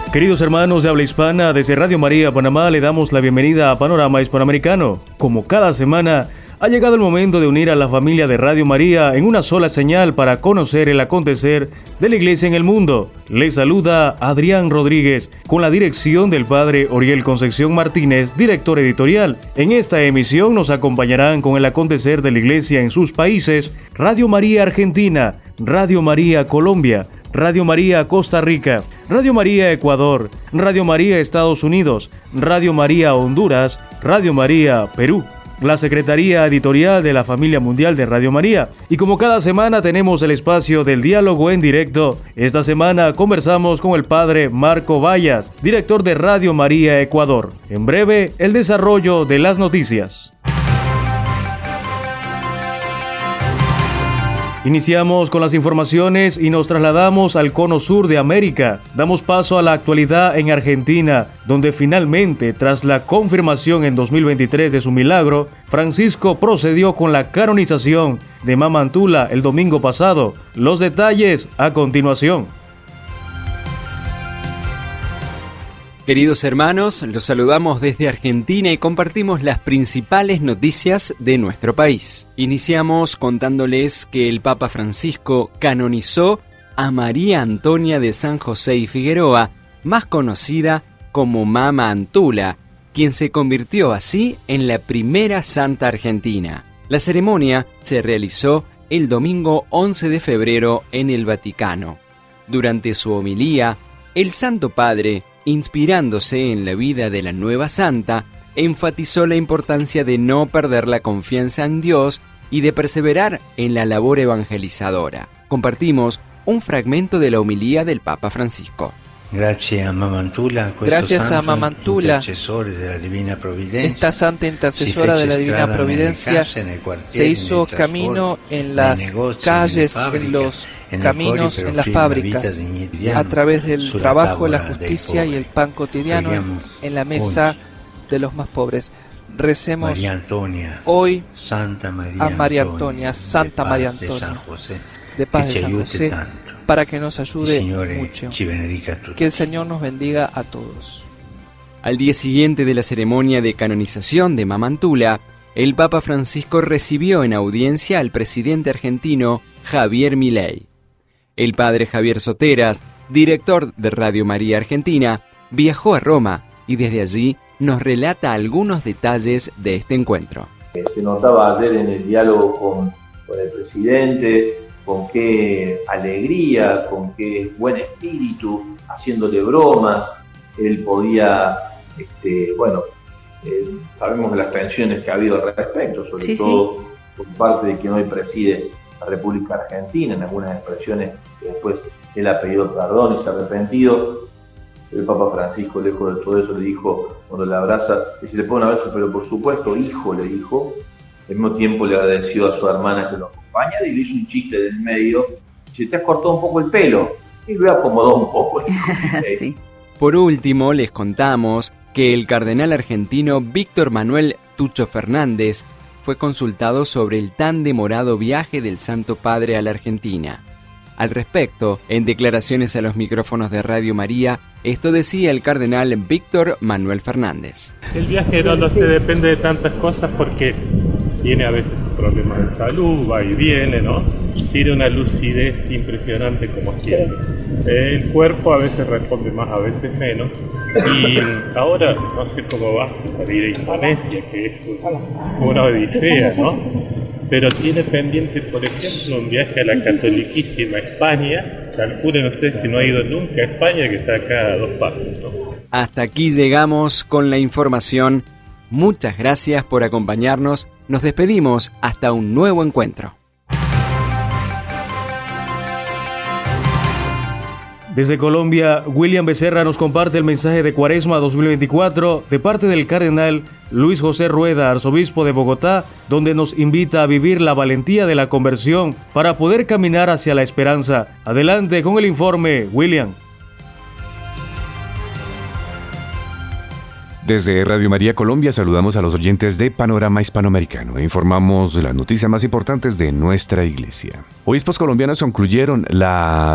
Queridos hermanos de habla hispana, desde Radio María Panamá le damos la bienvenida a Panorama Hispanoamericano. Como cada semana, ha llegado el momento de unir a la familia de Radio María en una sola señal para conocer el acontecer de la Iglesia en el mundo. Les saluda Adrián Rodríguez, con la dirección del Padre Oriel Concepción Martínez, director editorial. En esta emisión nos acompañarán con el acontecer de la Iglesia en sus países, Radio María Argentina, Radio María Colombia, Radio María Costa Rica, Radio María Ecuador, Radio María Estados Unidos, Radio María Honduras, Radio María Perú, la Secretaría Editorial de la Familia Mundial de Radio María. Y como cada semana tenemos el espacio del diálogo en directo, esta semana conversamos con el Padre Marco Vallas, director de Radio María Ecuador. En breve, el desarrollo de las noticias. Iniciamos con las informaciones y nos trasladamos al cono sur de América. Damos paso a la actualidad en Argentina, donde finalmente, tras la confirmación en 2023 de su milagro, Francisco procedió con la canonización de Mamantula el domingo pasado. Los detalles a continuación. Queridos hermanos, los saludamos desde Argentina y compartimos las principales noticias de nuestro país. Iniciamos contándoles que el Papa Francisco canonizó a María Antonia de San José y Figueroa, más conocida como Mama Antula, quien se convirtió así en la primera santa argentina. La ceremonia se realizó el domingo 11 de febrero en el Vaticano. Durante su homilía, el Santo Padre, inspirándose en la vida de la nueva santa, enfatizó la importancia de no perder la confianza en Dios y de perseverar en la labor evangelizadora. Compartimos un fragmento de la homilía del Papa Francisco. Gracias a Mamantula, esta santa intercesora de la Divina Providencia se hizo camino en las calles, en los caminos, en las fábricas, a través del trabajo, la justicia y el pan cotidiano en la mesa de los más pobres. Recemos hoy a María Antonia, Santa María Antonia, de paz de San José, para que nos ayude mucho. Que el Señor nos bendiga a todos. Al día siguiente de la ceremonia de canonización de Mamantula, el Papa Francisco recibió en audiencia al presidente argentino Javier Milei. El padre Javier Soteras, director de Radio María Argentina, viajó a Roma y desde allí nos relata algunos detalles de este encuentro. Se notaba ayer en el diálogo con el presidente, con qué alegría, con qué buen espíritu, haciéndole bromas. Él podía, sabemos de las tensiones que ha habido al respecto, sobre todo por parte de quien hoy preside la República Argentina, en algunas expresiones que después él ha pedido perdón y se ha arrepentido. El Papa Francisco, lejos de todo eso, le dijo, cuando le abraza, y se le pone un abrazo, pero por supuesto, hijo, le dijo. Al mismo tiempo le agradeció a su hermana que lo acompañara y le hizo un chiste del medio. Se te has cortado un poco el pelo. Y lo acomodó un poco. Sí. Por último, les contamos que el cardenal argentino Víctor Manuel Tucho Fernández fue consultado sobre el tan demorado viaje del Santo Padre a la Argentina. Al respecto, en declaraciones a los micrófonos de Radio María, esto decía el cardenal Víctor Manuel Fernández. El viaje no lo sé, depende de tantas cosas porque tiene a veces problemas de salud, va y viene, ¿no? Tiene una lucidez impresionante como siempre. El cuerpo a veces responde más, a veces menos. Y ahora no sé cómo va para ir a Indonesia, que es una odisea, ¿no? Pero tiene pendiente, por ejemplo, un viaje a la catoliquísima España. Calculen ustedes que no ha ido nunca a España, que está acá a dos pasos, ¿no? Hasta aquí llegamos con la información. Muchas gracias por acompañarnos. Nos despedimos hasta un nuevo encuentro. Desde Colombia, William Becerra nos comparte el mensaje de Cuaresma 2024 de parte del cardenal Luis José Rueda, arzobispo de Bogotá, donde nos invita a vivir la valentía de la conversión para poder caminar hacia la esperanza. Adelante con el informe, William. Desde Radio María Colombia saludamos a los oyentes de Panorama Hispanoamericano e informamos las noticias más importantes de nuestra iglesia. Obispos colombianos concluyeron la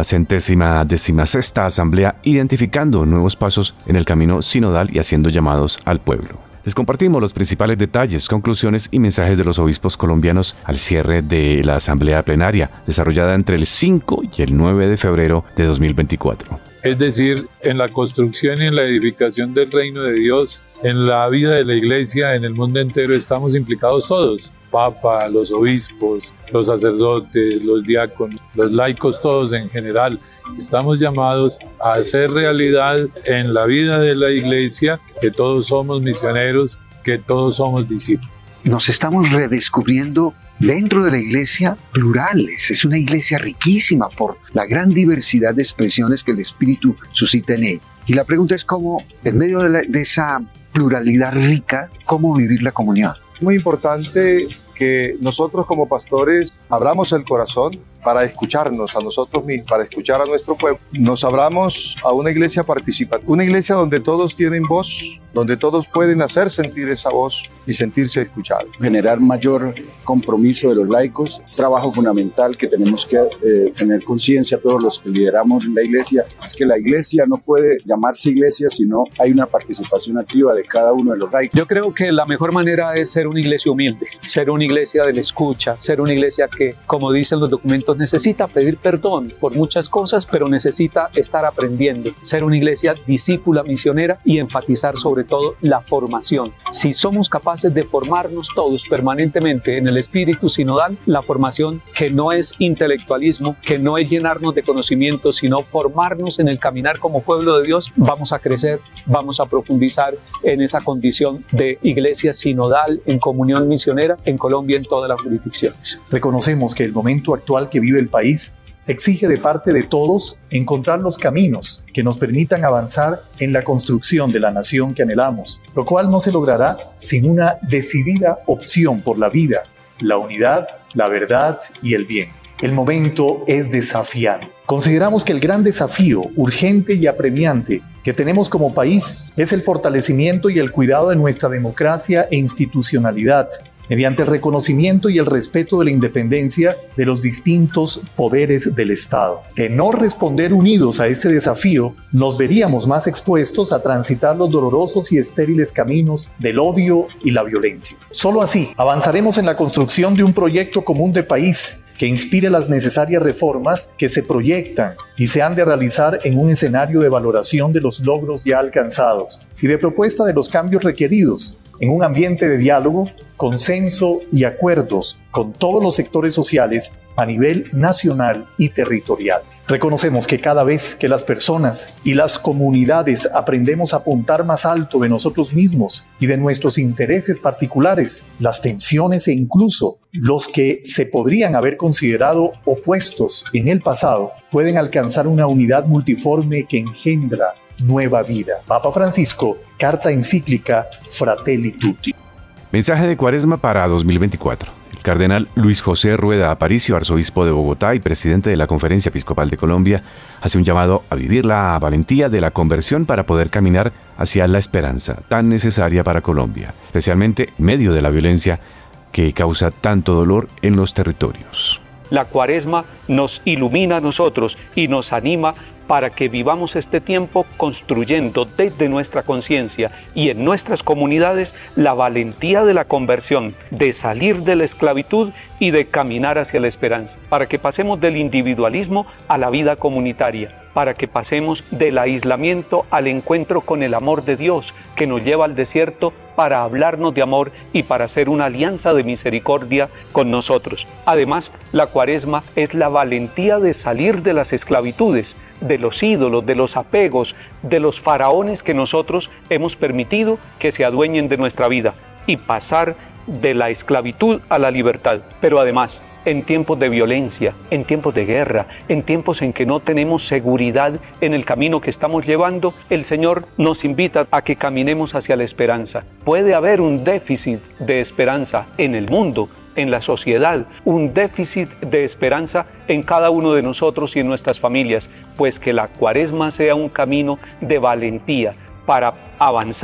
116ª Asamblea identificando nuevos pasos en el camino sinodal y haciendo llamados al pueblo. Les compartimos los principales detalles, conclusiones y mensajes de los obispos colombianos al cierre de la Asamblea Plenaria, desarrollada entre el 5 y el 9 de febrero de 2024. Es decir, en la construcción y en la edificación del reino de Dios, en la vida de la iglesia, en el mundo entero, estamos implicados todos. Papa, los obispos, los sacerdotes, los diáconos, los laicos, todos en general. Estamos llamados a hacer realidad en la vida de la iglesia que todos somos misioneros, que todos somos discípulos. Nos estamos redescubriendo dentro de la iglesia plurales. Es una iglesia riquísima por la gran diversidad de expresiones que el Espíritu suscita en ella. Y la pregunta es cómo, en medio de esa pluralidad rica, cómo vivir la comunión. Es muy importante que nosotros como pastores abramos el corazón para escucharnos a nosotros mismos, para escuchar a nuestro pueblo. Nos abramos a una iglesia participativa, una iglesia donde todos tienen voz, donde todos pueden hacer sentir esa voz y sentirse escuchados. Generar mayor compromiso de los laicos, trabajo fundamental que tenemos que tener conciencia todos los que lideramos la iglesia, es que la iglesia no puede llamarse iglesia si no hay una participación activa de cada uno de los laicos. Yo creo que la mejor manera es ser una iglesia humilde, ser una iglesia de la escucha, ser una iglesia que, como dicen los documentos, necesita pedir perdón por muchas cosas, pero necesita estar aprendiendo, ser una iglesia discípula misionera y enfatizar sobre todo la formación. Si somos capaces de formarnos todos permanentemente en el espíritu sinodal, la formación que no es intelectualismo, que no es llenarnos de conocimiento, sino formarnos en el caminar como pueblo de Dios, vamos a crecer, vamos a profundizar en esa condición de iglesia sinodal en comunión misionera en Colombia, en todas las jurisdicciones. Reconocemos que el momento actual que vive el país exige de parte de todos encontrar los caminos que nos permitan avanzar en la construcción de la nación que anhelamos, lo cual no se logrará sin una decidida opción por la vida, la unidad, la verdad y el bien. El momento es desafiante. Consideramos que el gran desafío urgente y apremiante que tenemos como país es el fortalecimiento y el cuidado de nuestra democracia e institucionalidad, mediante el reconocimiento y el respeto de la independencia de los distintos poderes del Estado. De no responder unidos a este desafío, nos veríamos más expuestos a transitar los dolorosos y estériles caminos del odio y la violencia. Solo así avanzaremos en la construcción de un proyecto común de país que inspire las necesarias reformas que se proyectan y se han de realizar en un escenario de valoración de los logros ya alcanzados y de propuesta de los cambios requeridos, en un ambiente de diálogo, consenso y acuerdos con todos los sectores sociales a nivel nacional y territorial. Reconocemos que cada vez que las personas y las comunidades aprendemos a apuntar más alto de nosotros mismos y de nuestros intereses particulares, las tensiones e incluso los que se podrían haber considerado opuestos en el pasado pueden alcanzar una unidad multiforme que engendra nueva vida. Papa Francisco, carta encíclica Fratelli Tutti. Mensaje de Cuaresma para 2024. El cardenal Luis José Rueda Aparicio, arzobispo de Bogotá y presidente de la Conferencia Episcopal de Colombia, hace un llamado a vivir la valentía de la conversión para poder caminar hacia la esperanza tan necesaria para Colombia, especialmente en medio de la violencia que causa tanto dolor en los territorios. La Cuaresma nos ilumina a nosotros y nos anima para que vivamos este tiempo construyendo desde nuestra conciencia y en nuestras comunidades la valentía de la conversión, de salir de la esclavitud y de caminar hacia la esperanza, para que pasemos del individualismo a la vida comunitaria, para que pasemos del aislamiento al encuentro con el amor de Dios que nos lleva al desierto para hablarnos de amor y para hacer una alianza de misericordia con nosotros. Además, la Cuaresma es la valentía de salir de las esclavitudes, de los ídolos, de los apegos, de los faraones que nosotros hemos permitido que se adueñen de nuestra vida y pasar de la esclavitud a la libertad. Pero además, en tiempos de violencia, en tiempos de guerra, en tiempos en que no tenemos seguridad en el camino que estamos llevando, el Señor nos invita a que caminemos hacia la esperanza. Puede haber un déficit de esperanza en el mundo, en la sociedad, un déficit de esperanza en cada uno de nosotros y en nuestras familias, pues que la Cuaresma sea un camino de valentía para avanzar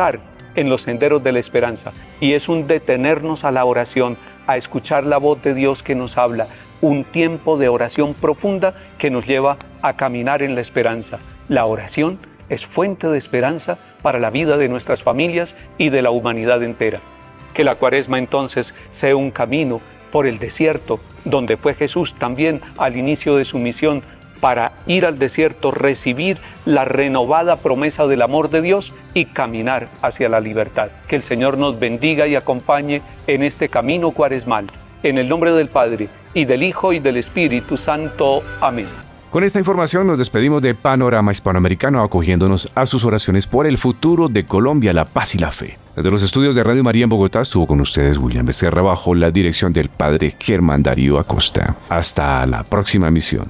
en los senderos de la esperanza. Y es un detenernos a la oración, a escuchar la voz de Dios que nos habla, un tiempo de oración profunda que nos lleva a caminar en la esperanza. La oración es fuente de esperanza para la vida de nuestras familias y de la humanidad entera. Que la Cuaresma entonces sea un camino por el desierto, donde fue Jesús también al inicio de su misión, para ir al desierto, recibir la renovada promesa del amor de Dios y caminar hacia la libertad. Que el Señor nos bendiga y acompañe en este camino cuaresmal. En el nombre del Padre, y del Hijo, y del Espíritu Santo. Amén. Con esta información nos despedimos de Panorama Hispanoamericano, acogiéndonos a sus oraciones por el futuro de Colombia, la paz y la fe. Desde los estudios de Radio María en Bogotá estuvo con ustedes William Becerra bajo la dirección del Padre Germán Darío Acosta. Hasta la próxima emisión.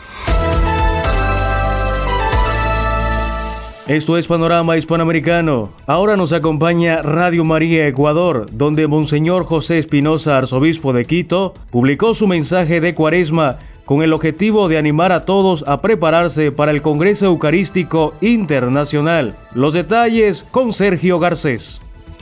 Esto es Panorama Hispanoamericano. Ahora nos acompaña Radio María Ecuador, donde Monseñor José Espinosa, arzobispo de Quito, publicó su mensaje de Cuaresma con el objetivo de animar a todos a prepararse para el Congreso Eucarístico Internacional. Los detalles con Sergio Garcés.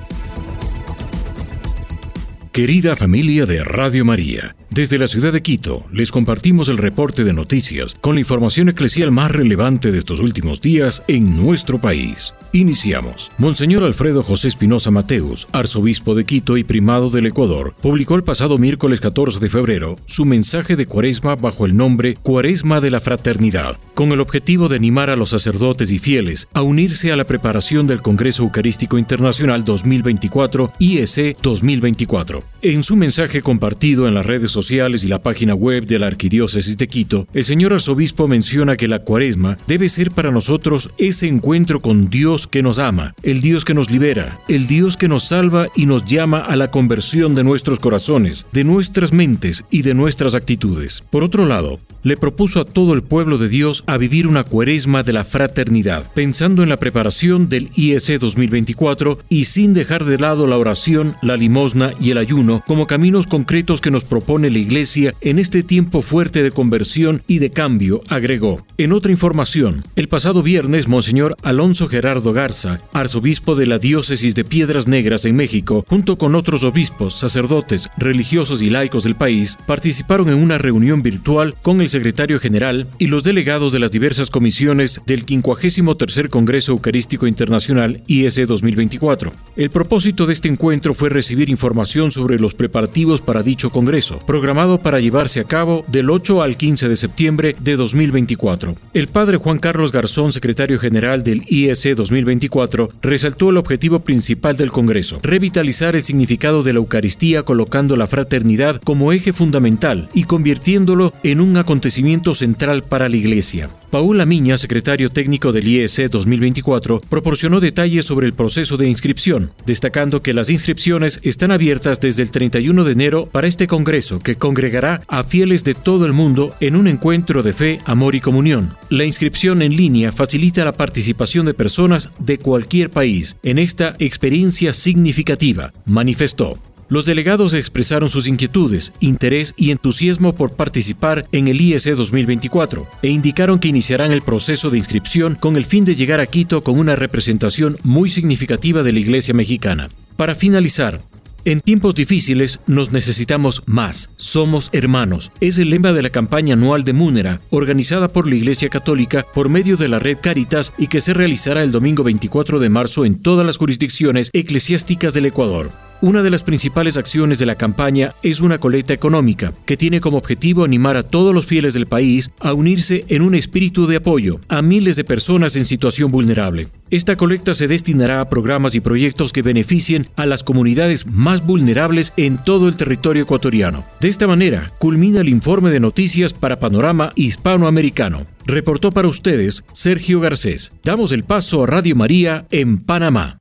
Querida familia de Radio María, desde la ciudad de Quito les compartimos el reporte de noticias con la información eclesial más relevante de estos últimos días en nuestro país. Iniciamos. Monseñor Alfredo José Espinosa Mateus, arzobispo de Quito y primado del Ecuador, publicó el pasado miércoles 14 de febrero su mensaje de Cuaresma bajo el nombre Cuaresma de la Fraternidad, con el objetivo de animar a los sacerdotes y fieles a unirse a la preparación del Congreso Eucarístico Internacional 2024 IEC 2024. En su mensaje compartido en las redes sociales y la página web de la Arquidiócesis de Quito, el señor arzobispo menciona que la Cuaresma debe ser para nosotros ese encuentro con Dios que nos ama, el Dios que nos libera, el Dios que nos salva y nos llama a la conversión de nuestros corazones, de nuestras mentes y de nuestras actitudes. Por otro lado, le propuso a todo el pueblo de Dios a vivir una Cuaresma de la fraternidad, pensando en la preparación del IEC 2024 y sin dejar de lado la oración, la limosna y el ayuno como caminos concretos que nos propone la Iglesia en este tiempo fuerte de conversión y de cambio, agregó. En otra información, el pasado viernes, Monseñor Alonso Gerardo Garza, arzobispo de la Diócesis de Piedras Negras en México, junto con otros obispos, sacerdotes, religiosos y laicos del país, participaron en una reunión virtual con el secretario general y los delegados de las diversas comisiones del 53º Congreso Eucarístico Internacional IEC 2024. El propósito de este encuentro fue recibir información sobre los preparativos para dicho congreso, programado para llevarse a cabo del 8 al 15 de septiembre de 2024. El padre Juan Carlos Garzón, secretario general del IEC 2024, resaltó el objetivo principal del congreso: revitalizar el significado de la Eucaristía colocando la fraternidad como eje fundamental y convirtiéndolo en un acontecimiento central para la Iglesia. Paula Miña, secretario técnico del IEC 2024, proporcionó detalles sobre el proceso de inscripción, destacando que las inscripciones están abiertas desde el 31 de enero para este congreso, que congregará a fieles de todo el mundo en un encuentro de fe, amor y comunión. La inscripción en línea facilita la participación de personas de cualquier país en esta experiencia significativa, manifestó. Los delegados expresaron sus inquietudes, interés y entusiasmo por participar en el IEC 2024 e indicaron que iniciarán el proceso de inscripción con el fin de llegar a Quito con una representación muy significativa de la Iglesia mexicana. Para finalizar, en tiempos difíciles nos necesitamos más. Somos hermanos. Es el lema de la campaña anual de Múnera, organizada por la Iglesia Católica por medio de la red Cáritas y que se realizará el domingo 24 de marzo en todas las jurisdicciones eclesiásticas del Ecuador. Una de las principales acciones de la campaña es una colecta económica que tiene como objetivo animar a todos los fieles del país a unirse en un espíritu de apoyo a miles de personas en situación vulnerable. Esta colecta se destinará a programas y proyectos que beneficien a las comunidades más vulnerables en todo el territorio ecuatoriano. De esta manera, culmina el informe de noticias para Panorama Hispanoamericano. Reportó para ustedes Sergio Garcés. Damos el paso a Radio María en Panamá.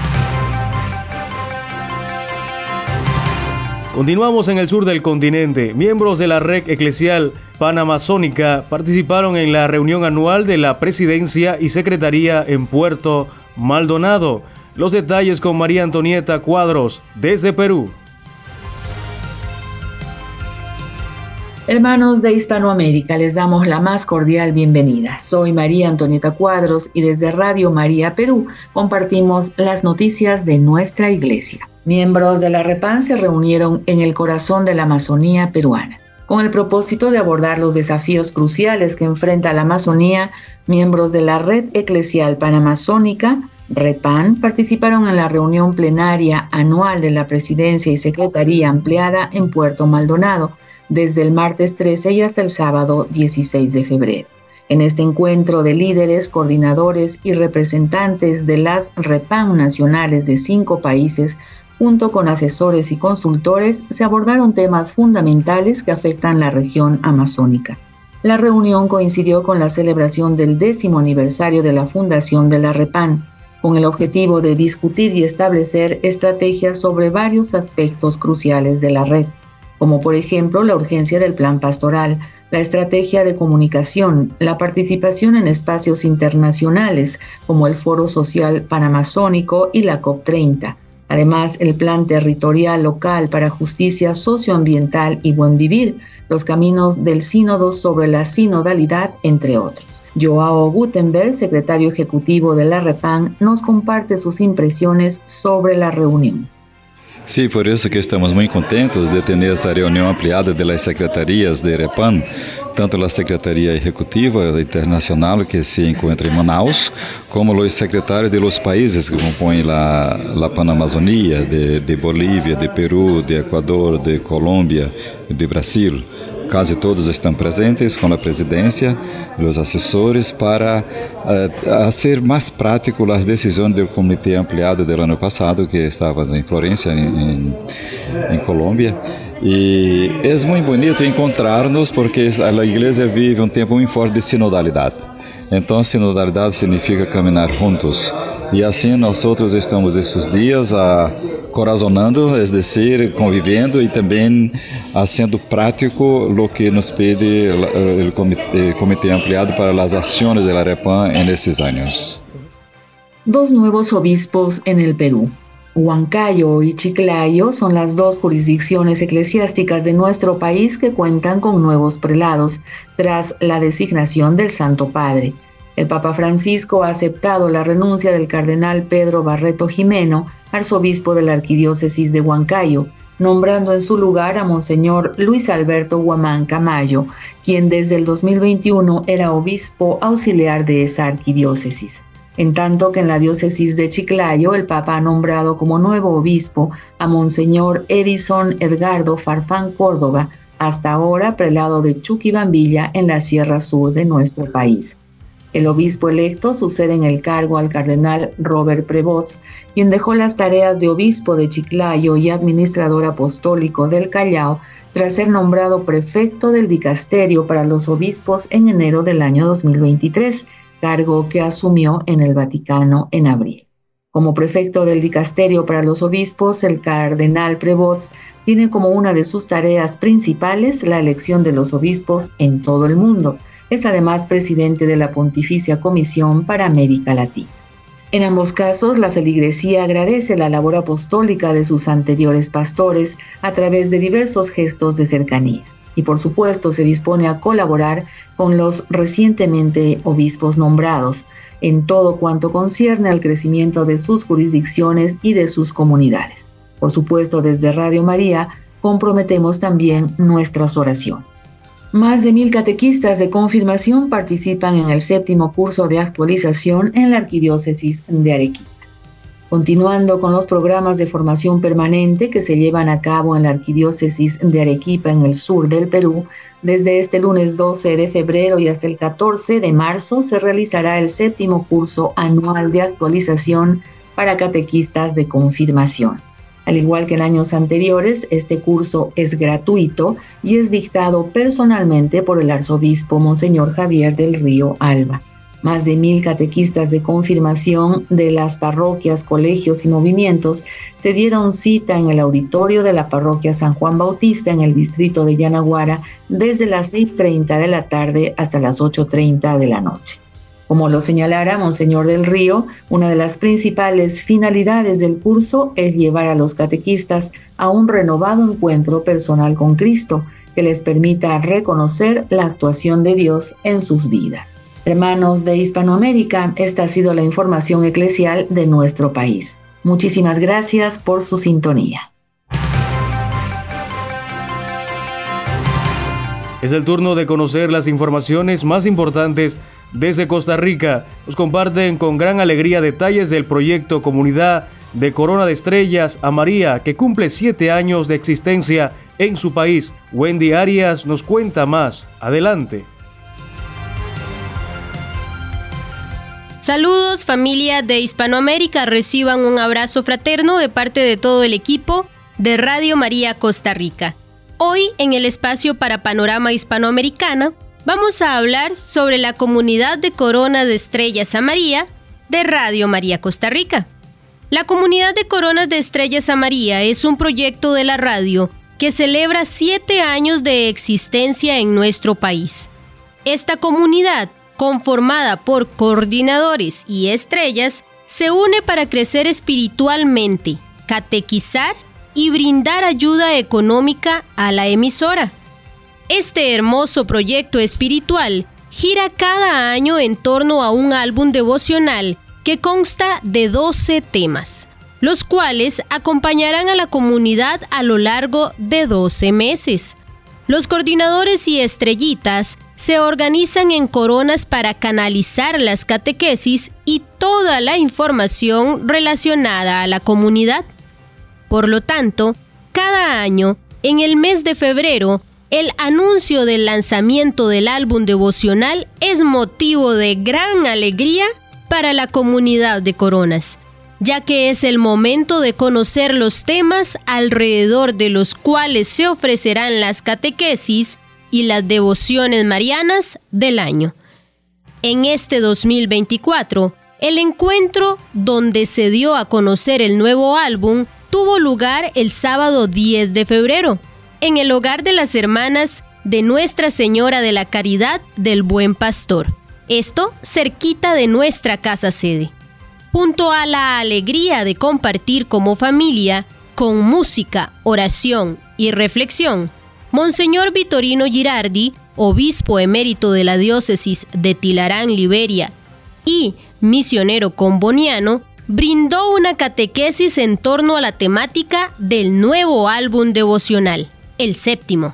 Continuamos en el sur del continente. Miembros de la red eclesial panamazónica participaron en la reunión anual de la Presidencia y Secretaría en Puerto Maldonado. Los detalles con María Antonieta Cuadros, desde Perú. Hermanos de Hispanoamérica, les damos la más cordial bienvenida. Soy María Antonieta Cuadros y desde Radio María Perú compartimos las noticias de nuestra iglesia. Miembros de la REPAN se reunieron en el corazón de la Amazonía peruana. Con el propósito de abordar los desafíos cruciales que enfrenta la Amazonía, miembros de la Red Eclesial Panamazónica, REPAN, participaron en la reunión plenaria anual de la Presidencia y Secretaría Ampliada en Puerto Maldonado, desde el martes 13 y hasta el sábado 16 de febrero. En este encuentro de líderes, coordinadores y representantes de las REPAN nacionales de 5 países, junto con asesores y consultores, se abordaron temas fundamentales que afectan la región amazónica. La reunión coincidió con la celebración del 10º aniversario de la fundación de la REPAN, con el objetivo de discutir y establecer estrategias sobre varios aspectos cruciales de la red, como por ejemplo la urgencia del plan pastoral, la estrategia de comunicación, la participación en espacios internacionales como el Foro Social Panamazónico y la COP30. Además, el plan territorial local para justicia socioambiental y buen vivir, los caminos del sínodo sobre la sinodalidad, entre otros. Joao Gutenberg, secretario ejecutivo de la REPAN, nos comparte sus impresiones sobre la reunión. Sí, por eso que estamos muy contentos de tener esta reunión ampliada de las secretarías de REPAN, tanto la Secretaría Ejecutiva Internacional que se encuentra en Manaus, como los secretarios de los países que componen la Panamazonía, de Bolivia, de Perú, de Ecuador, de Colombia, de Brasil. Casi todos estão presentes com a presidência, os assessores, para fazer mais prático as decisões do comitê ampliado do ano passado, que estava em Florencia, em Colômbia. E é muito bonito encontrar-nos, porque a igreja vive um tempo muito forte de sinodalidade. Então, sinodalidade significa caminhar juntos. E assim nós estamos esses dias corazonando, es decir, conviviendo y también haciendo práctico lo que nos pide el comité ampliado para las acciones de la REPAN en estos años. 2 nuevos obispos en el Perú. Huancayo y Chiclayo son las 2 jurisdicciones eclesiásticas de nuestro país que cuentan con nuevos prelados tras la designación del Santo Padre. El Papa Francisco ha aceptado la renuncia del cardenal Pedro Barreto Jimeno, arzobispo de la Arquidiócesis de Huancayo, nombrando en su lugar a Monseñor Luis Alberto Guamán Camayo, quien desde el 2021 era obispo auxiliar de esa arquidiócesis. En tanto que en la diócesis de Chiclayo, el Papa ha nombrado como nuevo obispo a Monseñor Edison Edgardo Farfán Córdoba, hasta ahora prelado de Chuquibambilla en la Sierra Sur de nuestro país. El obispo electo sucede en el cargo al cardenal Robert Prevost, quien dejó las tareas de obispo de Chiclayo y administrador apostólico del Callao tras ser nombrado prefecto del dicasterio para los obispos en enero del año 2023, cargo que asumió en el Vaticano en abril. Como prefecto del dicasterio para los obispos, el cardenal Prevost tiene como una de sus tareas principales la elección de los obispos en todo el mundo. Es además presidente de la Pontificia Comisión para América Latina. En ambos casos, la feligresía agradece la labor apostólica de sus anteriores pastores a través de diversos gestos de cercanía. Y por supuesto se dispone a colaborar con los recientemente obispos nombrados en todo cuanto concierne al crecimiento de sus jurisdicciones y de sus comunidades. Por supuesto, desde Radio María comprometemos también nuestras oraciones. Más de 1000 catequistas de confirmación participan en el 7º curso de actualización en la Arquidiócesis de Arequipa. Continuando con los programas de formación permanente que se llevan a cabo en la Arquidiócesis de Arequipa en el sur del Perú, desde este lunes 12 de febrero y hasta el 14 de marzo se realizará el 7º curso anual de actualización para catequistas de confirmación. Al igual que en años anteriores, este curso es gratuito y es dictado personalmente por el arzobispo Monseñor Javier del Río Alba. Más de 1000 catequistas de confirmación de las parroquias, colegios y movimientos se dieron cita en el auditorio de la parroquia San Juan Bautista en el distrito de Yanaguara desde las 6:30 de la tarde hasta las 8:30 de la noche. Como lo señalara Monseñor del Río, una de las principales finalidades del curso es llevar a los catequistas a un renovado encuentro personal con Cristo que les permita reconocer la actuación de Dios en sus vidas. Hermanos de Hispanoamérica, esta ha sido la información eclesial de nuestro país. Muchísimas gracias por su sintonía. Es el turno de conocer las informaciones más importantes desde Costa Rica. Nos comparten con gran alegría detalles del proyecto Comunidad de Corona de Estrellas a María, que cumple 7 años de existencia en su país. Wendy Arias nos cuenta más. Adelante. Saludos, familia de Hispanoamérica. Reciban un abrazo fraterno de parte de todo el equipo de Radio María Costa Rica. Hoy, en el espacio para Panorama Hispanoamericana, vamos a hablar sobre la Comunidad de Corona de Estrellas a María de Radio María Costa Rica. La Comunidad de Coronas de Estrellas a María es un proyecto de la radio que celebra 7 años de existencia en nuestro país. Esta comunidad, conformada por coordinadores y estrellas, se une para crecer espiritualmente, catequizar y brindar ayuda económica a la emisora. Este hermoso proyecto espiritual gira cada año en torno a un álbum devocional que consta de 12 temas, los cuales acompañarán a la comunidad a lo largo de 12 meses. Los coordinadores y estrellitas se organizan en coronas para canalizar las catequesis y toda la información relacionada a la comunidad. Por lo tanto, cada año, en el mes de febrero, el anuncio del lanzamiento del álbum devocional es motivo de gran alegría para la comunidad de Coronas, ya que es el momento de conocer los temas alrededor de los cuales se ofrecerán las catequesis y las devociones marianas del año. En este 2024, el encuentro donde se dio a conocer el nuevo álbum tuvo lugar el sábado 10 de febrero, en el hogar de las hermanas de Nuestra Señora de la Caridad del Buen Pastor. Esto cerquita de nuestra casa sede. Junto a la alegría de compartir como familia, con música, oración y reflexión, Monseñor Vitorino Girardi, obispo emérito de la diócesis de Tilarán, Liberia, y misionero comboniano, brindó una catequesis en torno a la temática del nuevo álbum devocional, el 7º.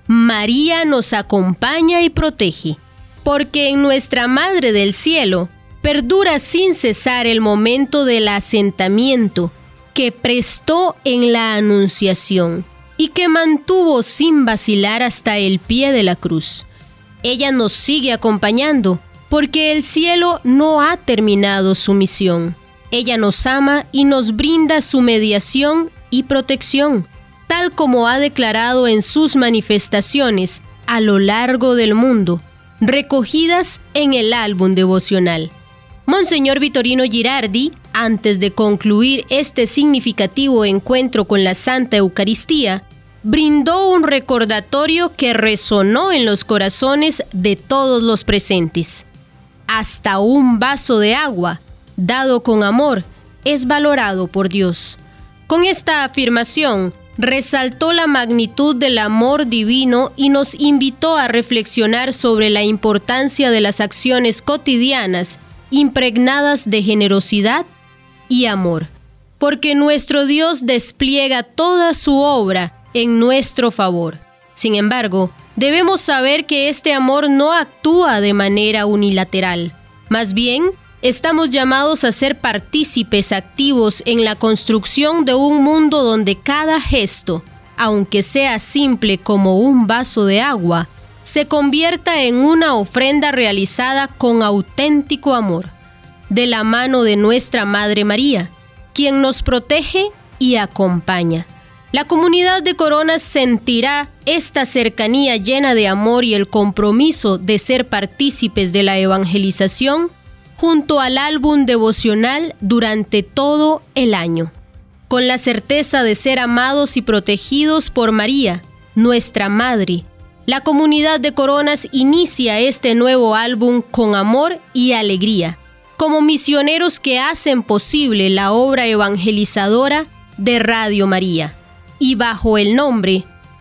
María nos acompaña y protege, porque en nuestra Madre del Cielo perdura sin cesar el momento del asentamiento que prestó en la Anunciación y que mantuvo sin vacilar hasta el pie de la cruz. Ella nos sigue acompañando porque el cielo no ha terminado su misión. Ella nos ama y nos brinda su mediación y protección, tal como ha declarado en sus manifestaciones a lo largo del mundo, recogidas en el álbum devocional. Monseñor Vitorino Girardi, antes de concluir este significativo encuentro con la Santa Eucaristía, brindó un recordatorio que resonó en los corazones de todos los presentes. Hasta un vaso de agua, dado con amor, es valorado por Dios. Con esta afirmación, resaltó la magnitud del amor divino y nos invitó a reflexionar sobre la importancia de las acciones cotidianas impregnadas de generosidad y amor, porque nuestro Dios despliega toda su obra en nuestro favor. Sin embargo, debemos saber que este amor no actúa de manera unilateral. Más bien, estamos llamados a ser partícipes activos en la construcción de un mundo donde cada gesto, aunque sea simple como un vaso de agua, se convierta en una ofrenda realizada con auténtico amor, de la mano de nuestra Madre María, quien nos protege y acompaña. La comunidad de Coronas sentirá esta cercanía llena de amor y el compromiso de ser partícipes de la evangelización junto al álbum devocional durante todo el año, con la certeza de ser amados y protegidos por María, nuestra Madre. La comunidad de Coronas inicia este nuevo álbum con amor y alegría, como misioneros que hacen posible la obra evangelizadora de Radio María, y bajo el nombre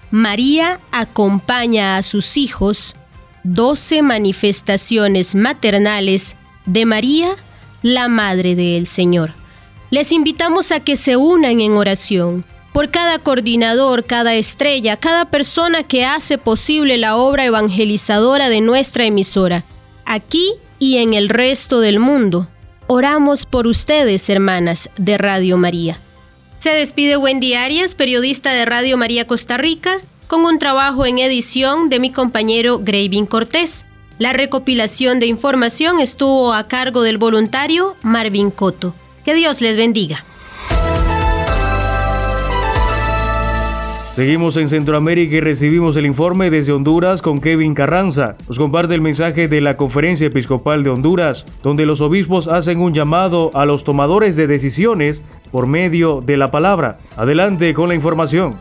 María acompaña a sus hijos, 12 manifestaciones maternales de María, la Madre del Señor. Les invitamos a que se unan en oración por cada coordinador, cada estrella, cada persona que hace posible la obra evangelizadora de nuestra emisora, aquí y en el resto del mundo. Oramos por ustedes, hermanas de Radio María. Se despide Wendy Arias, periodista de Radio María Costa Rica, con un trabajo en edición de mi compañero Gravin Cortés. La recopilación de información estuvo a cargo del voluntario Marvin Coto. Que Dios les bendiga. Seguimos en Centroamérica y recibimos el informe desde Honduras con Kevin Carranza. Nos comparte el mensaje de la Conferencia Episcopal de Honduras, donde los obispos hacen un llamado a los tomadores de decisiones por medio de la palabra. Adelante con la información.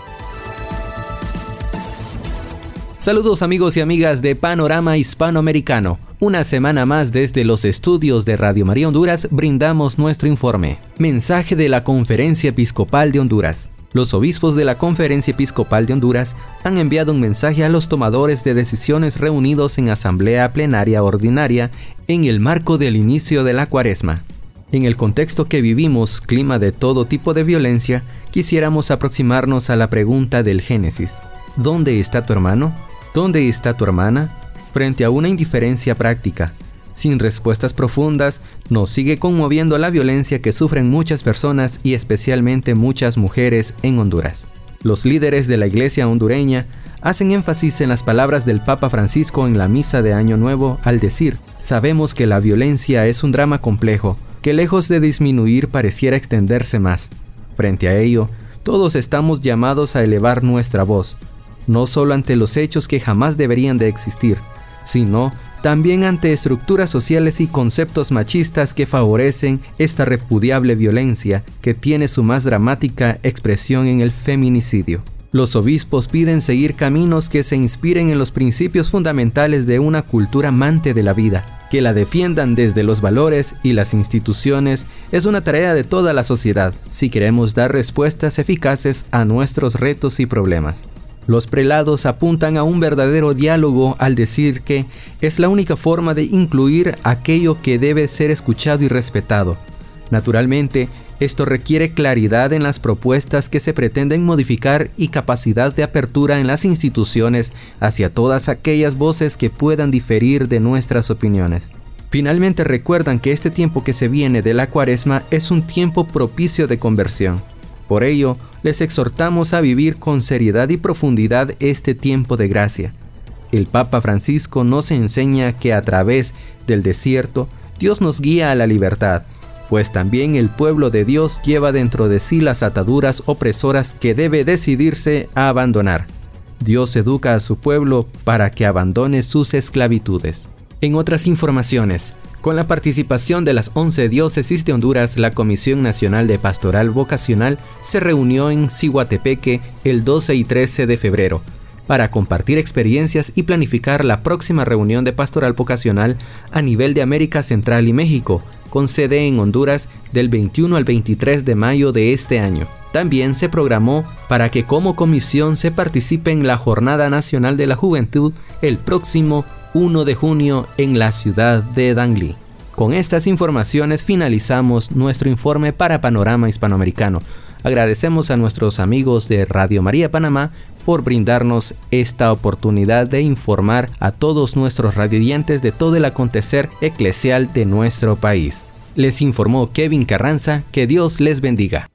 Saludos amigos y amigas de Panorama Hispanoamericano. Una semana más desde los estudios de Radio María Honduras brindamos nuestro informe. Mensaje de la Conferencia Episcopal de Honduras. Los obispos de la Conferencia Episcopal de Honduras han enviado un mensaje a los tomadores de decisiones reunidos en Asamblea Plenaria Ordinaria en el marco del inicio de la Cuaresma. En el contexto que vivimos, clima de todo tipo de violencia, quisiéramos aproximarnos a la pregunta del Génesis. ¿Dónde está tu hermano? ¿Dónde está tu hermana? Frente a una indiferencia práctica, sin respuestas profundas, nos sigue conmoviendo la violencia que sufren muchas personas y especialmente muchas mujeres en Honduras. Los líderes de la Iglesia hondureña hacen énfasis en las palabras del Papa Francisco en la misa de Año Nuevo al decir: sabemos que la violencia es un drama complejo, que lejos de disminuir pareciera extenderse más. Frente a ello, todos estamos llamados a elevar nuestra voz, no solo ante los hechos que jamás deberían de existir, sino también ante estructuras sociales y conceptos machistas que favorecen esta repudiable violencia que tiene su más dramática expresión en el feminicidio. Los obispos piden seguir caminos que se inspiren en los principios fundamentales de una cultura amante de la vida, que la defiendan desde los valores y las instituciones. Es una tarea de toda la sociedad si queremos dar respuestas eficaces a nuestros retos y problemas. Los prelados apuntan a un verdadero diálogo al decir que es la única forma de incluir aquello que debe ser escuchado y respetado. Naturalmente, esto requiere claridad en las propuestas que se pretenden modificar y capacidad de apertura en las instituciones hacia todas aquellas voces que puedan diferir de nuestras opiniones. Finalmente recuerdan que este tiempo que se viene de la Cuaresma es un tiempo propicio de conversión. Por ello, les exhortamos a vivir con seriedad y profundidad este tiempo de gracia. El Papa Francisco nos enseña que a través del desierto, Dios nos guía a la libertad, pues también el pueblo de Dios lleva dentro de sí las ataduras opresoras que debe decidirse a abandonar. Dios educa a su pueblo para que abandone sus esclavitudes. En otras informaciones, con la participación de las 11 diócesis de Honduras, la Comisión Nacional de Pastoral Vocacional se reunió en Ciguatepeque el 12 y 13 de febrero para compartir experiencias y planificar la próxima reunión de pastoral vocacional a nivel de América Central y México, con sede en Honduras del 21 al 23 de mayo de este año. También se programó para que como comisión se participe en la Jornada Nacional de la Juventud el próximo 1 de junio en la ciudad de Danlí. Con estas informaciones finalizamos nuestro informe para Panorama Hispanoamericano. Agradecemos a nuestros amigos de Radio María Panamá por brindarnos esta oportunidad de informar a todos nuestros radioyentes de todo el acontecer eclesial de nuestro país. Les informó Kevin Carranza. Que Dios les bendiga.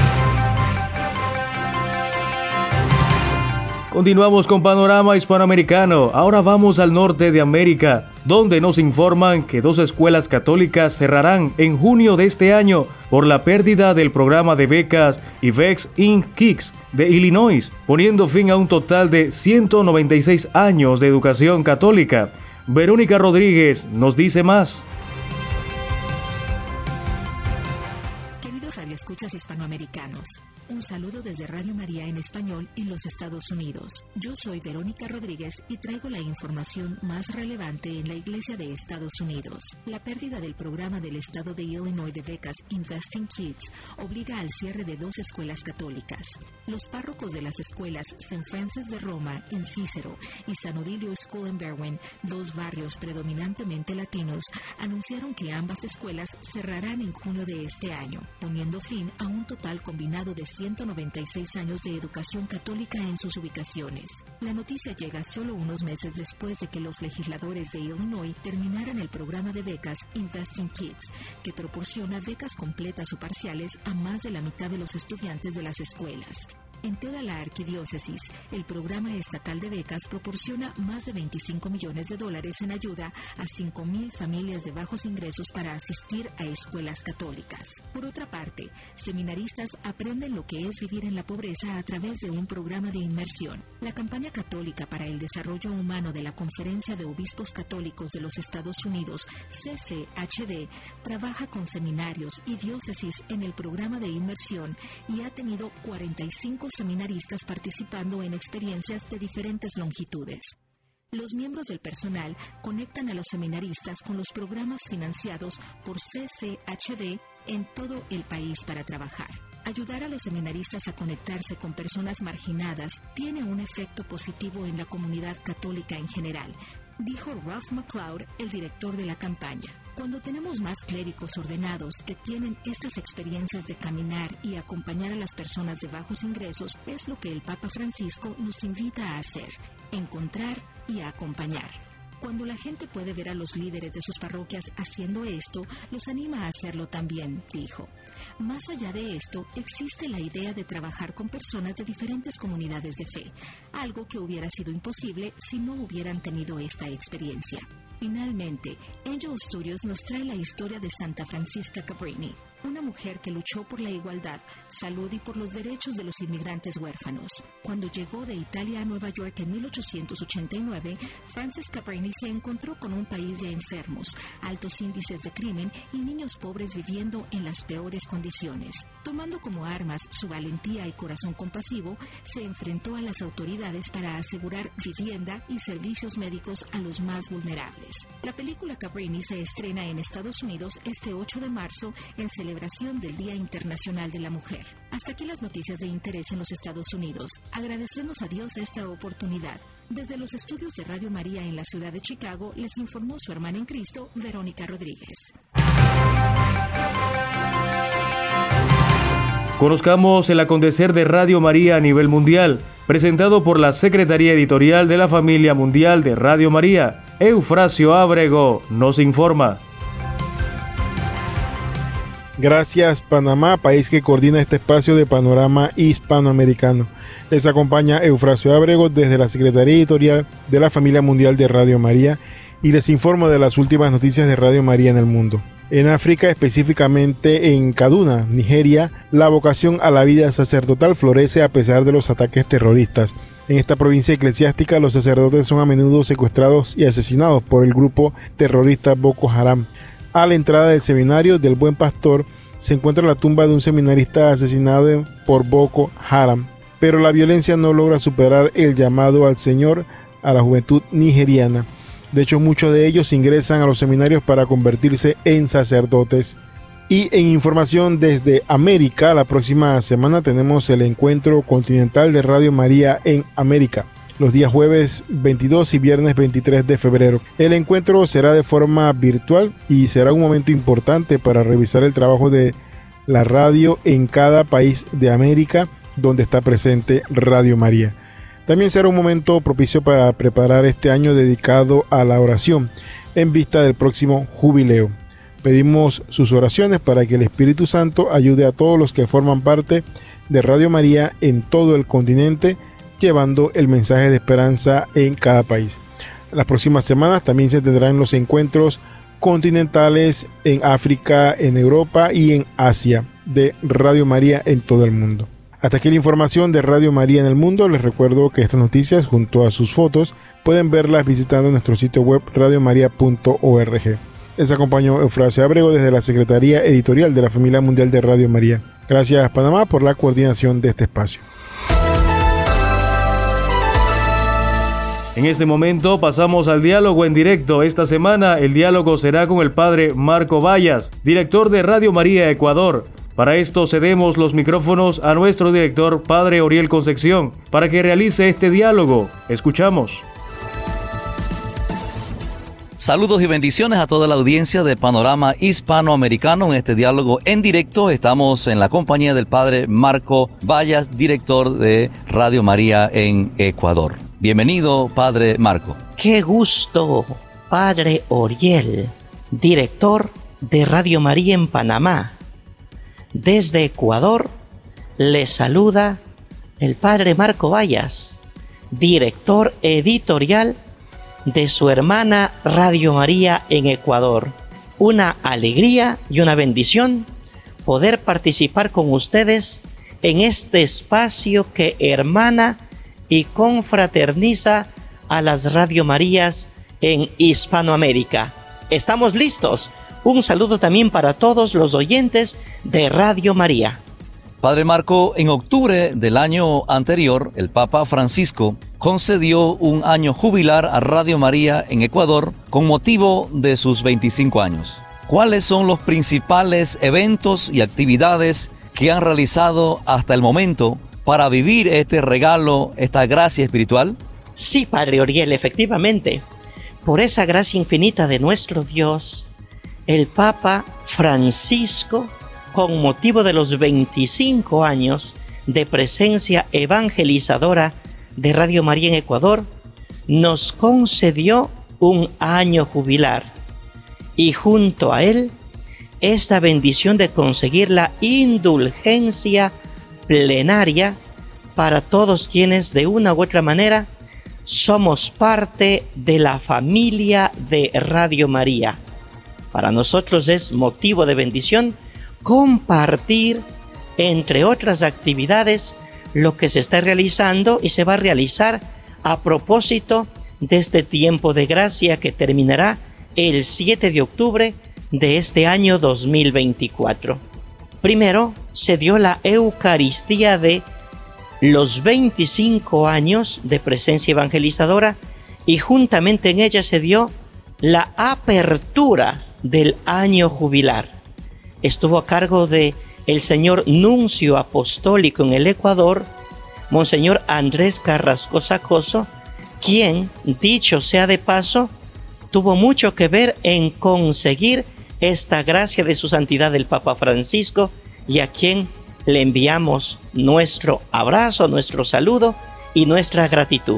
Continuamos con Panorama Hispanoamericano. Ahora vamos al norte de América, donde nos informan que 2 escuelas católicas cerrarán en junio de este año por la pérdida del programa de becas IVEX Inc. Kicks de Illinois, poniendo fin a un total de 196 años de educación católica. Verónica Rodríguez nos dice más. radioescuchas hispanoamericanos. Un saludo desde Radio María en español en los Estados Unidos. Yo soy Verónica Rodríguez y traigo la información más relevante en la Iglesia de Estados Unidos. La pérdida del programa del Estado de Illinois de becas Investing Kids obliga al cierre de 2 escuelas católicas. Los párrocos de las escuelas St. Francis de Roma en Cícero y San Odilio School en Berwyn, 2 barrios predominantemente latinos, anunciaron que ambas escuelas cerrarán en junio de este año, poniendo fin a un total combinado de 196 años de educación católica en sus ubicaciones. La noticia llega solo unos meses después de que los legisladores de Illinois terminaran el programa de becas Investing Kids, que proporciona becas completas o parciales a más de la mitad de los estudiantes de las escuelas. En toda la arquidiócesis, el programa estatal de becas proporciona más de $25 millones en ayuda a 5,000 familias de bajos ingresos para asistir a escuelas católicas. Por otra parte, seminaristas aprenden lo que es vivir en la pobreza a través de un programa de inmersión. La Campaña Católica para el Desarrollo Humano de la Conferencia de Obispos Católicos de los Estados Unidos, CCHD, trabaja con seminarios y diócesis en el programa de inmersión y ha tenido 45 seminaristas participando en experiencias de diferentes longitudes. Los miembros del personal conectan a los seminaristas con los programas financiados por CCHD en todo el país para trabajar. Ayudar a los seminaristas a conectarse con personas marginadas tiene un efecto positivo en la comunidad católica en general, dijo Ralph McLeod, el director de la campaña. Cuando tenemos más clérigos ordenados que tienen estas experiencias de caminar y acompañar a las personas de bajos ingresos, es lo que el Papa Francisco nos invita a hacer, encontrar y a acompañar. Cuando la gente puede ver a los líderes de sus parroquias haciendo esto, los anima a hacerlo también, dijo. Más allá de esto, existe la idea de trabajar con personas de diferentes comunidades de fe, algo que hubiera sido imposible si no hubieran tenido esta experiencia. Finalmente, Angel Studios nos trae la historia de Santa Francisca Cabrini, una mujer que luchó por la igualdad, salud y por los derechos de los inmigrantes huérfanos. Cuando llegó de Italia a Nueva York en 1889, Frances Cabrini se encontró con un país de enfermos, altos índices de crimen y niños pobres viviendo en las peores condiciones. Tomando como armas su valentía y corazón compasivo, se enfrentó a las autoridades para asegurar vivienda y servicios médicos a los más vulnerables. La película Cabrini se estrena en Estados Unidos este 8 de marzo en celebración del Día Internacional de la Mujer. Hasta aquí las noticias de interés en los Estados Unidos. Agradecemos a Dios esta oportunidad. Desde los estudios de Radio María en la ciudad de Chicago, les informó su hermana en Cristo, Verónica Rodríguez. Conozcamos el acontecer de Radio María a nivel mundial, presentado por la Secretaría Editorial de la Familia Mundial de Radio María. Eufrasio Ábrego nos informa. Gracias Panamá, país que coordina este espacio de panorama hispanoamericano. Les acompaña Eufrasio Ábrego desde la Secretaría Editorial de la Familia Mundial de Radio María y les informo de las últimas noticias de Radio María en el mundo. En África, específicamente en Kaduna, Nigeria, la vocación a la vida sacerdotal florece a pesar de los ataques terroristas. En esta provincia eclesiástica, los sacerdotes son a menudo secuestrados y asesinados por el grupo terrorista Boko Haram. A la entrada del seminario del Buen Pastor se encuentra la tumba de un seminarista asesinado por Boko Haram, pero la violencia no logra superar el llamado al Señor a la juventud nigeriana. De hecho, muchos de ellos ingresan a los seminarios para convertirse en sacerdotes. Y en información desde América, la próxima semana tenemos el encuentro continental de Radio María en América, los días jueves 22 y viernes 23 de febrero. El encuentro será de forma virtual y será un momento importante para revisar el trabajo de la radio en cada país de América donde está presente Radio María. También será un momento propicio para preparar este año dedicado a la oración en vista del próximo jubileo. Pedimos sus oraciones para que el Espíritu Santo ayude a todos los que forman parte de Radio María en todo el continente, llevando el mensaje de esperanza en cada país. Las próximas semanas también se tendrán los encuentros continentales en África, en Europa y en Asia de Radio María en todo el mundo. Hasta aquí la información de Radio María en el mundo. Les recuerdo que estas noticias junto a sus fotos pueden verlas visitando nuestro sitio web radiomaria.org. Les acompañó Eufrasio Abrego desde la Secretaría Editorial de la Familia Mundial de Radio María. Gracias, Panamá, por la coordinación de este espacio. En este momento pasamos al diálogo en directo. Esta semana el diálogo será con el padre Marco Vallas, director de Radio María Ecuador. Para esto cedemos los micrófonos a nuestro director, padre Oriel Concepción, para que realice este diálogo. Escuchamos. Saludos y bendiciones a toda la audiencia de Panorama Hispanoamericano. En este diálogo en directo estamos en la compañía del padre Marco Vallas, director de Radio María en Ecuador. Bienvenido, padre Marco. Qué gusto, padre Oriel, director de Radio María en Panamá. Desde Ecuador le saluda el padre Marco Vallas, director editorial de su hermana Radio María en Ecuador. Una alegría y una bendición poder participar con ustedes en este espacio que hermana y confraterniza a las Radio Marías en Hispanoamérica. ¿Estamos listos? Un saludo también para todos los oyentes de Radio María. Padre Marco, en octubre del año anterior, el Papa Francisco concedió un año jubilar a Radio María en Ecuador con motivo de sus 25 años. ¿Cuáles son los principales eventos y actividades que han realizado hasta el momento para vivir este regalo, esta gracia espiritual? Sí, padre Oriel, efectivamente. Por esa gracia infinita de nuestro Dios, el Papa Francisco, con motivo de los 25 años de presencia evangelizadora de Radio María en Ecuador, nos concedió un año jubilar y junto a él esta bendición de conseguir la indulgencia plenaria para todos quienes de una u otra manera somos parte de la familia de Radio María. Para nosotros es motivo de bendición compartir, entre otras actividades, lo que se está realizando y se va a realizar a propósito de este tiempo de gracia que terminará el 7 de octubre de este año 2024. Primero, se dio la Eucaristía de los 25 años de presencia evangelizadora y juntamente en ella se dio la apertura del año jubilar. Estuvo a cargo de el señor nuncio apostólico en el Ecuador, Monseñor Andrés Carrascosa Coso, quien, dicho sea de paso, tuvo mucho que ver en conseguir esta gracia de su santidad el Papa Francisco y a quien le enviamos nuestro abrazo, nuestro saludo y nuestra gratitud.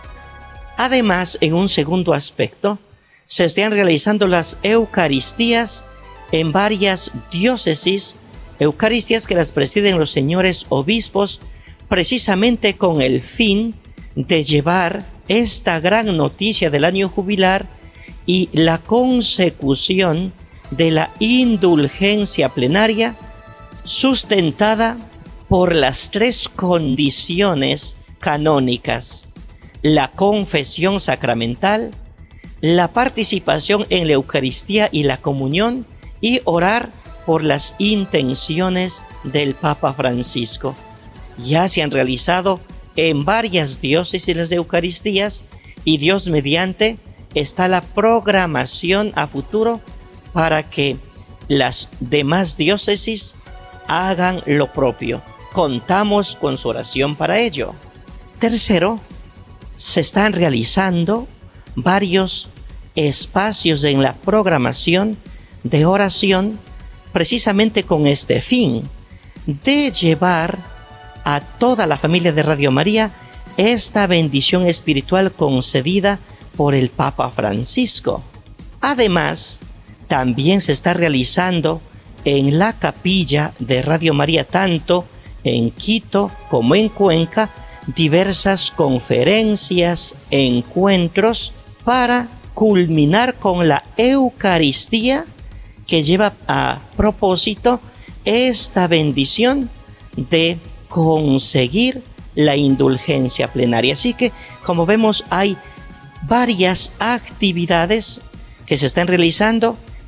Además, en un segundo aspecto, se están realizando las Eucaristías en varias diócesis, Eucaristías que las presiden los señores obispos, precisamente con el fin de llevar esta gran noticia del año jubilar y la consecución de la indulgencia plenaria sustentada por las tres condiciones canónicas: la confesión sacramental, la participación en la Eucaristía y la comunión, y orar por las intenciones del Papa Francisco. Ya se han realizado en varias diócesis las Eucaristías y Dios mediante está la programación a futuro para que las demás diócesis hagan lo propio. Contamos con su oración para ello. Tercero, se están realizando varios espacios en la programación de oración precisamente con este fin de llevar a toda la familia de Radio María esta bendición espiritual concedida por el Papa Francisco. Además, también se está realizando en la capilla de Radio María, tanto en Quito como en Cuenca, diversas conferencias, encuentros para culminar con la Eucaristía que lleva a propósito esta bendición de conseguir la indulgencia plenaria. Así que, como vemos, hay varias actividades que se están realizando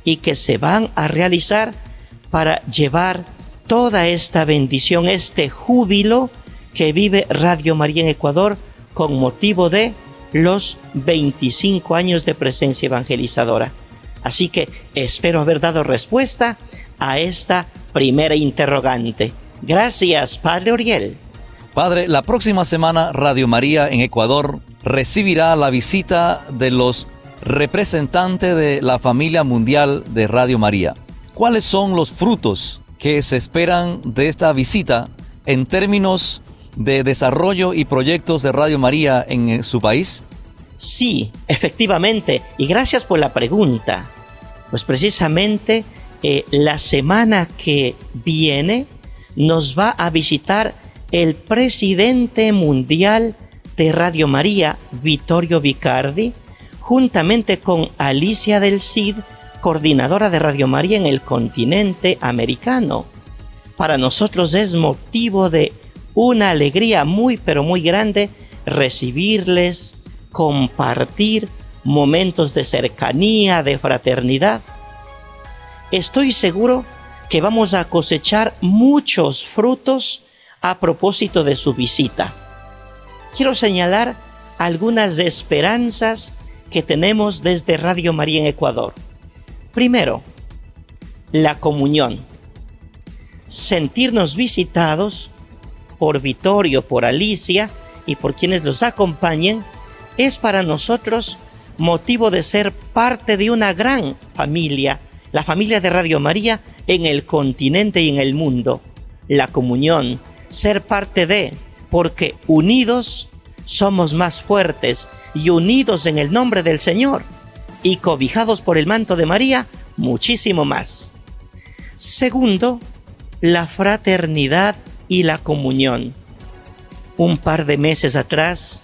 y que se van a realizar para llevar toda esta bendición, este júbilo que vive Radio María en Ecuador con motivo de los 25 años de presencia evangelizadora. Así que espero haber dado respuesta a esta primera interrogante. Gracias, Padre Oriel. Padre, la próxima semana Radio María en Ecuador recibirá la visita de los representantes de la familia mundial de Radio María. ¿Cuáles son los frutos que se esperan de esta visita en términos de desarrollo y proyectos de Radio María en su país? Sí, efectivamente, y gracias por la pregunta. Pues precisamente la semana que viene nos va a visitar el presidente mundial de Radio María, Vittorio Vicardi, juntamente con Alicia del Cid, coordinadora de Radio María en el continente americano. Para nosotros es motivo de una alegría muy pero muy grande recibirles, compartir momentos de cercanía, de fraternidad. Estoy seguro que vamos a cosechar muchos frutos a propósito de su visita. Quiero señalar algunas esperanzas que tenemos desde Radio María en Ecuador. Primero, la comunión. Sentirnos visitados por Vittorio, por Alicia y por quienes los acompañen es para nosotros motivo de ser parte de una gran familia, la familia de Radio María en el continente y en el mundo. La comunión, ser parte de, porque unidos somos más fuertes y unidos en el nombre del Señor y cobijados por el manto de María, muchísimo más. Segundo, la fraternidad y la comunión. Un par de meses atrás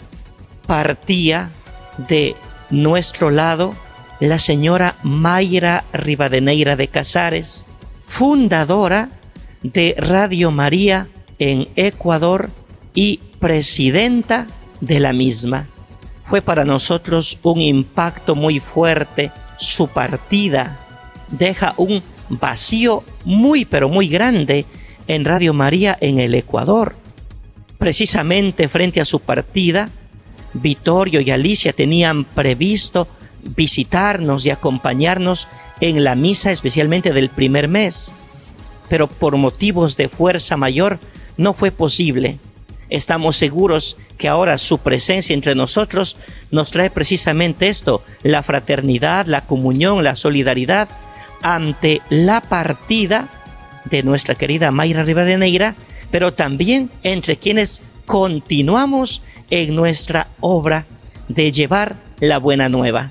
partía de nuestro lado la señora Mayra Rivadeneira de Casares, fundadora de Radio María en Ecuador y presidenta de la misma. Fue para nosotros un impacto muy fuerte. Su partida deja un vacío muy pero muy grande en Radio María en el Ecuador. Precisamente frente a su partida, Vittorio y Alicia tenían previsto visitarnos y acompañarnos en la misa, especialmente del primer mes, pero por motivos de fuerza mayor no fue posible. Estamos seguros que ahora su presencia entre nosotros nos trae precisamente esto, la fraternidad, la comunión, la solidaridad ante la partida de nuestra querida Mayra Rivadeneira, pero también entre quienes continuamos en nuestra obra de llevar la buena nueva.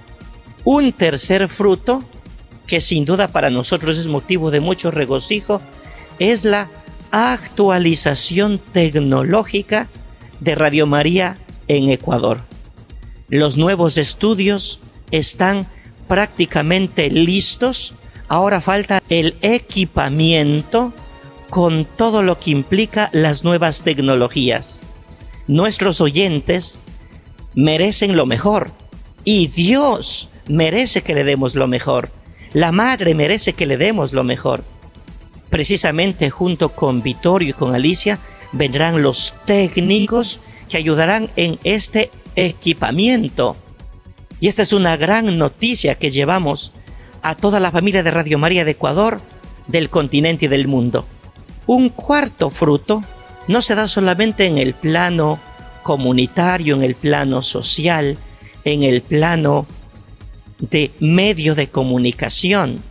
Un tercer fruto, que sin duda para nosotros es motivo de mucho regocijo, es la actualización tecnológica de Radio María en Ecuador. Los nuevos estudios están prácticamente listos. Ahora falta el equipamiento con todo lo que implica las nuevas tecnologías. Nuestros oyentes merecen lo mejor y Dios merece que le demos lo mejor. La Madre merece que le demos lo mejor. Precisamente junto con Vittorio y con Alicia vendrán los técnicos que ayudarán en este equipamiento. Y esta es una gran noticia que llevamos a toda la familia de Radio María de Ecuador, del continente y del mundo. Un cuarto fruto no se da solamente en el plano comunitario, en el plano social, en el plano de medio de comunicación.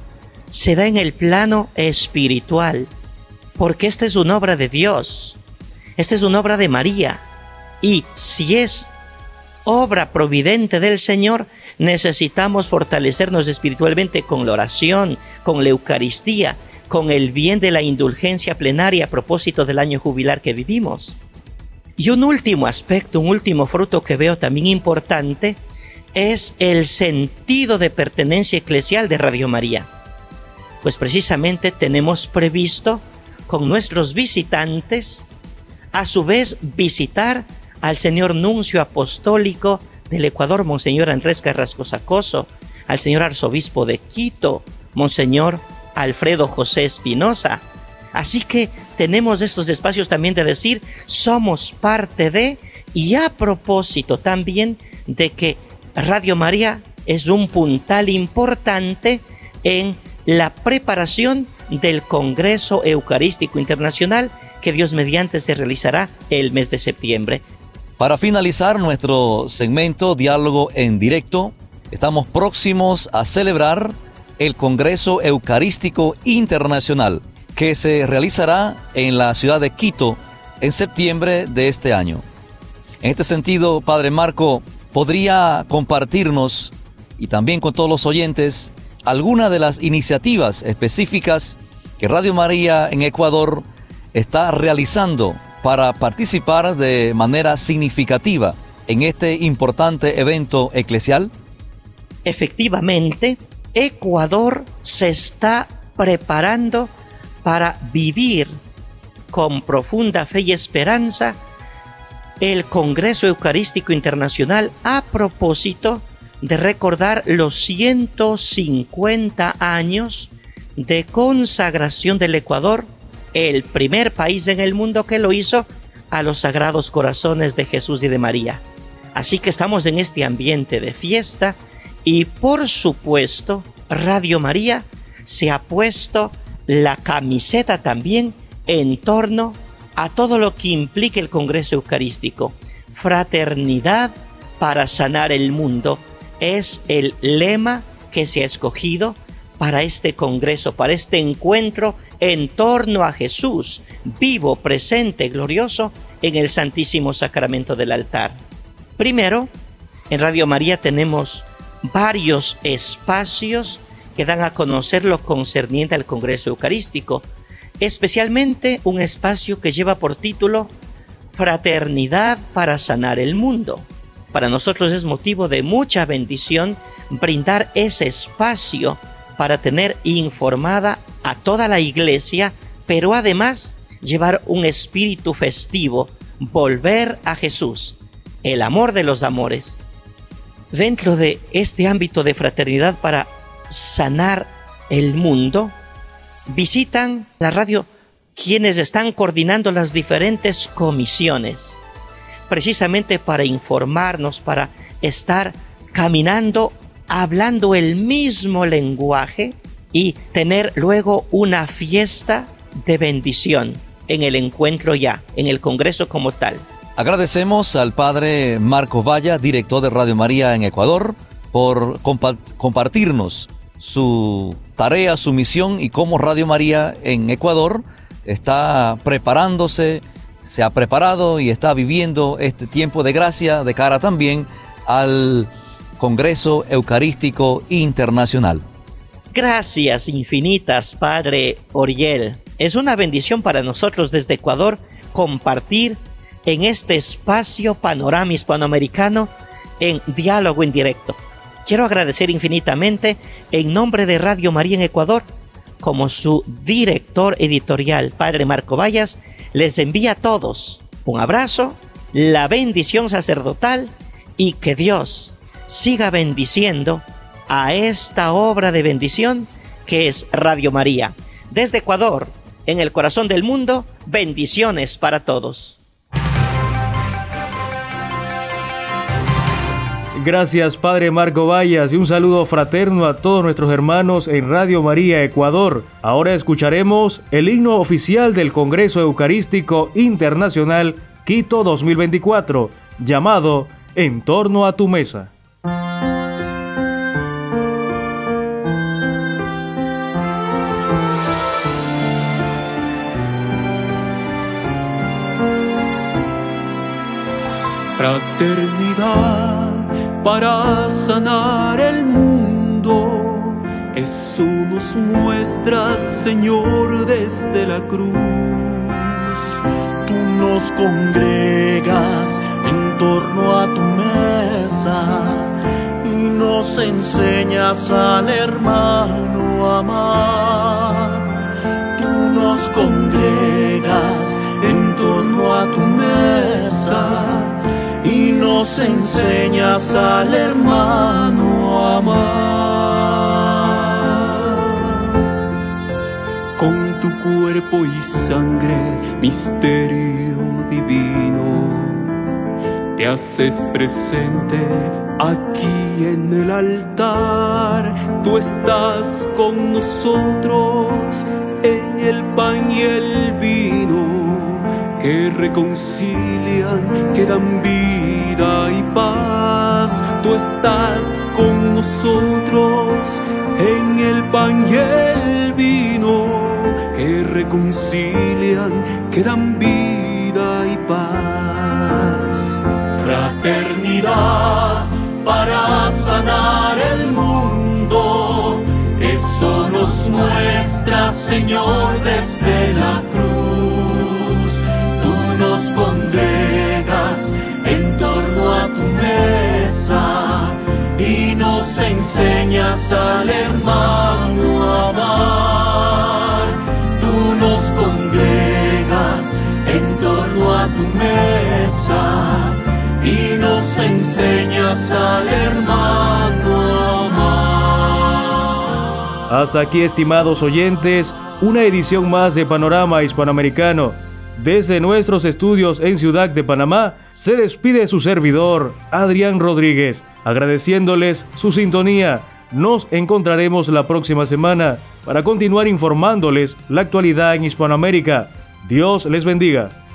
Se da en el plano espiritual, porque esta es una obra de Dios, esta es una obra de María, y si es obra providente del Señor, necesitamos fortalecernos espiritualmente con la oración, con la Eucaristía, con el bien de la indulgencia plenaria a propósito del año jubilar que vivimos. Y un último aspecto, un último fruto que veo también importante, es el sentido de pertenencia eclesial de Radio María. Pues precisamente tenemos previsto con nuestros visitantes, a su vez visitar al señor nuncio apostólico del Ecuador, Monseñor Andrés Carrasco Sacoso, al señor arzobispo de Quito, Monseñor Alfredo José Espinosa. Así que tenemos estos espacios también de decir, somos parte de, y a propósito también de que Radio María es un puntal importante en la preparación del Congreso Eucarístico Internacional que Dios mediante se realizará el mes de septiembre. Para finalizar nuestro segmento Diálogo en Directo, estamos próximos a celebrar el Congreso Eucarístico Internacional que se realizará en la ciudad de Quito en septiembre de este año. En este sentido, Padre Marco, ¿podría compartirnos, y también con todos los oyentes, alguna de las iniciativas específicas que Radio María en Ecuador está realizando para participar de manera significativa en este importante evento eclesial? Efectivamente, Ecuador se está preparando para vivir con profunda fe y esperanza el Congreso Eucarístico Internacional a propósito de recordar los 150 años de consagración del Ecuador, el primer país en el mundo que lo hizo, a los Sagrados Corazones de Jesús y de María. Así que estamos en este ambiente de fiesta y, por supuesto, Radio María se ha puesto la camiseta también en torno a todo lo que implica el Congreso Eucarístico. Fraternidad para sanar el mundo es el lema que se ha escogido para este congreso, para este encuentro en torno a Jesús, vivo, presente, glorioso en el Santísimo Sacramento del altar. Primero, en Radio María tenemos varios espacios que dan a conocer lo concerniente al Congreso Eucarístico, especialmente un espacio que lleva por título Fraternidad para sanar el mundo. Para nosotros es motivo de mucha bendición brindar ese espacio para tener informada a toda la Iglesia, pero además llevar un espíritu festivo, volver a Jesús, el amor de los amores. Dentro de este ámbito de fraternidad para sanar el mundo, visitan la radio quienes están coordinando las diferentes comisiones, precisamente para informarnos, para estar caminando, hablando el mismo lenguaje y tener luego una fiesta de bendición en el encuentro ya, en el Congreso como tal. Agradecemos al Padre Marco Valla, director de Radio María en Ecuador, por compartirnos su tarea, su misión y cómo Radio María en Ecuador está preparándose, se ha preparado y está viviendo este tiempo de gracia de cara también al Congreso Eucarístico Internacional. Gracias infinitas, Padre Oriel. Es una bendición para nosotros desde Ecuador compartir en este espacio Panorama Hispanoamericano en Diálogo en Directo. Quiero agradecer infinitamente en nombre de Radio María en Ecuador, como su director editorial, Padre Marco Vallas, les envía a todos un abrazo, la bendición sacerdotal y que Dios siga bendiciendo a esta obra de bendición que es Radio María. Desde Ecuador, en el corazón del mundo, bendiciones para todos. Gracias, Padre Marco Vallas, y un saludo fraterno a todos nuestros hermanos en Radio María Ecuador. Ahora escucharemos el himno oficial del Congreso Eucarístico Internacional Quito 2024, llamado En torno a tu mesa. Fraternidad para sanar el mundo, eso nos muestras, Señor, desde la cruz. Tú nos congregas en torno a tu mesa y nos enseñas al hermano a amar. Tú nos congregas en torno a tu mesa y nos nos enseñas al hermano a amar. Con tu cuerpo y sangre, misterio divino, te haces presente aquí en el altar. Tú estás con nosotros en el pan y el vino, que reconcilian, que dan vida y paz. Tú estás con nosotros en el pan y el vino, que reconcilian, que dan vida y paz. Fraternidad para sanar el mundo, eso nos muestra, Señor, desde la cruz. Tú nos congregas en torno a tu mesa y nos enseñas al hermano a amar. Tú nos congregas en torno a tu mesa y nos enseñas al hermano a amar. Hasta aquí, estimados oyentes, una edición más de Panorama Hispanoamericano. Desde nuestros estudios en Ciudad de Panamá, se despide su servidor, Adrián Rodríguez, agradeciéndoles su sintonía. Nos encontraremos la próxima semana para continuar informándoles la actualidad en Hispanoamérica. Dios les bendiga.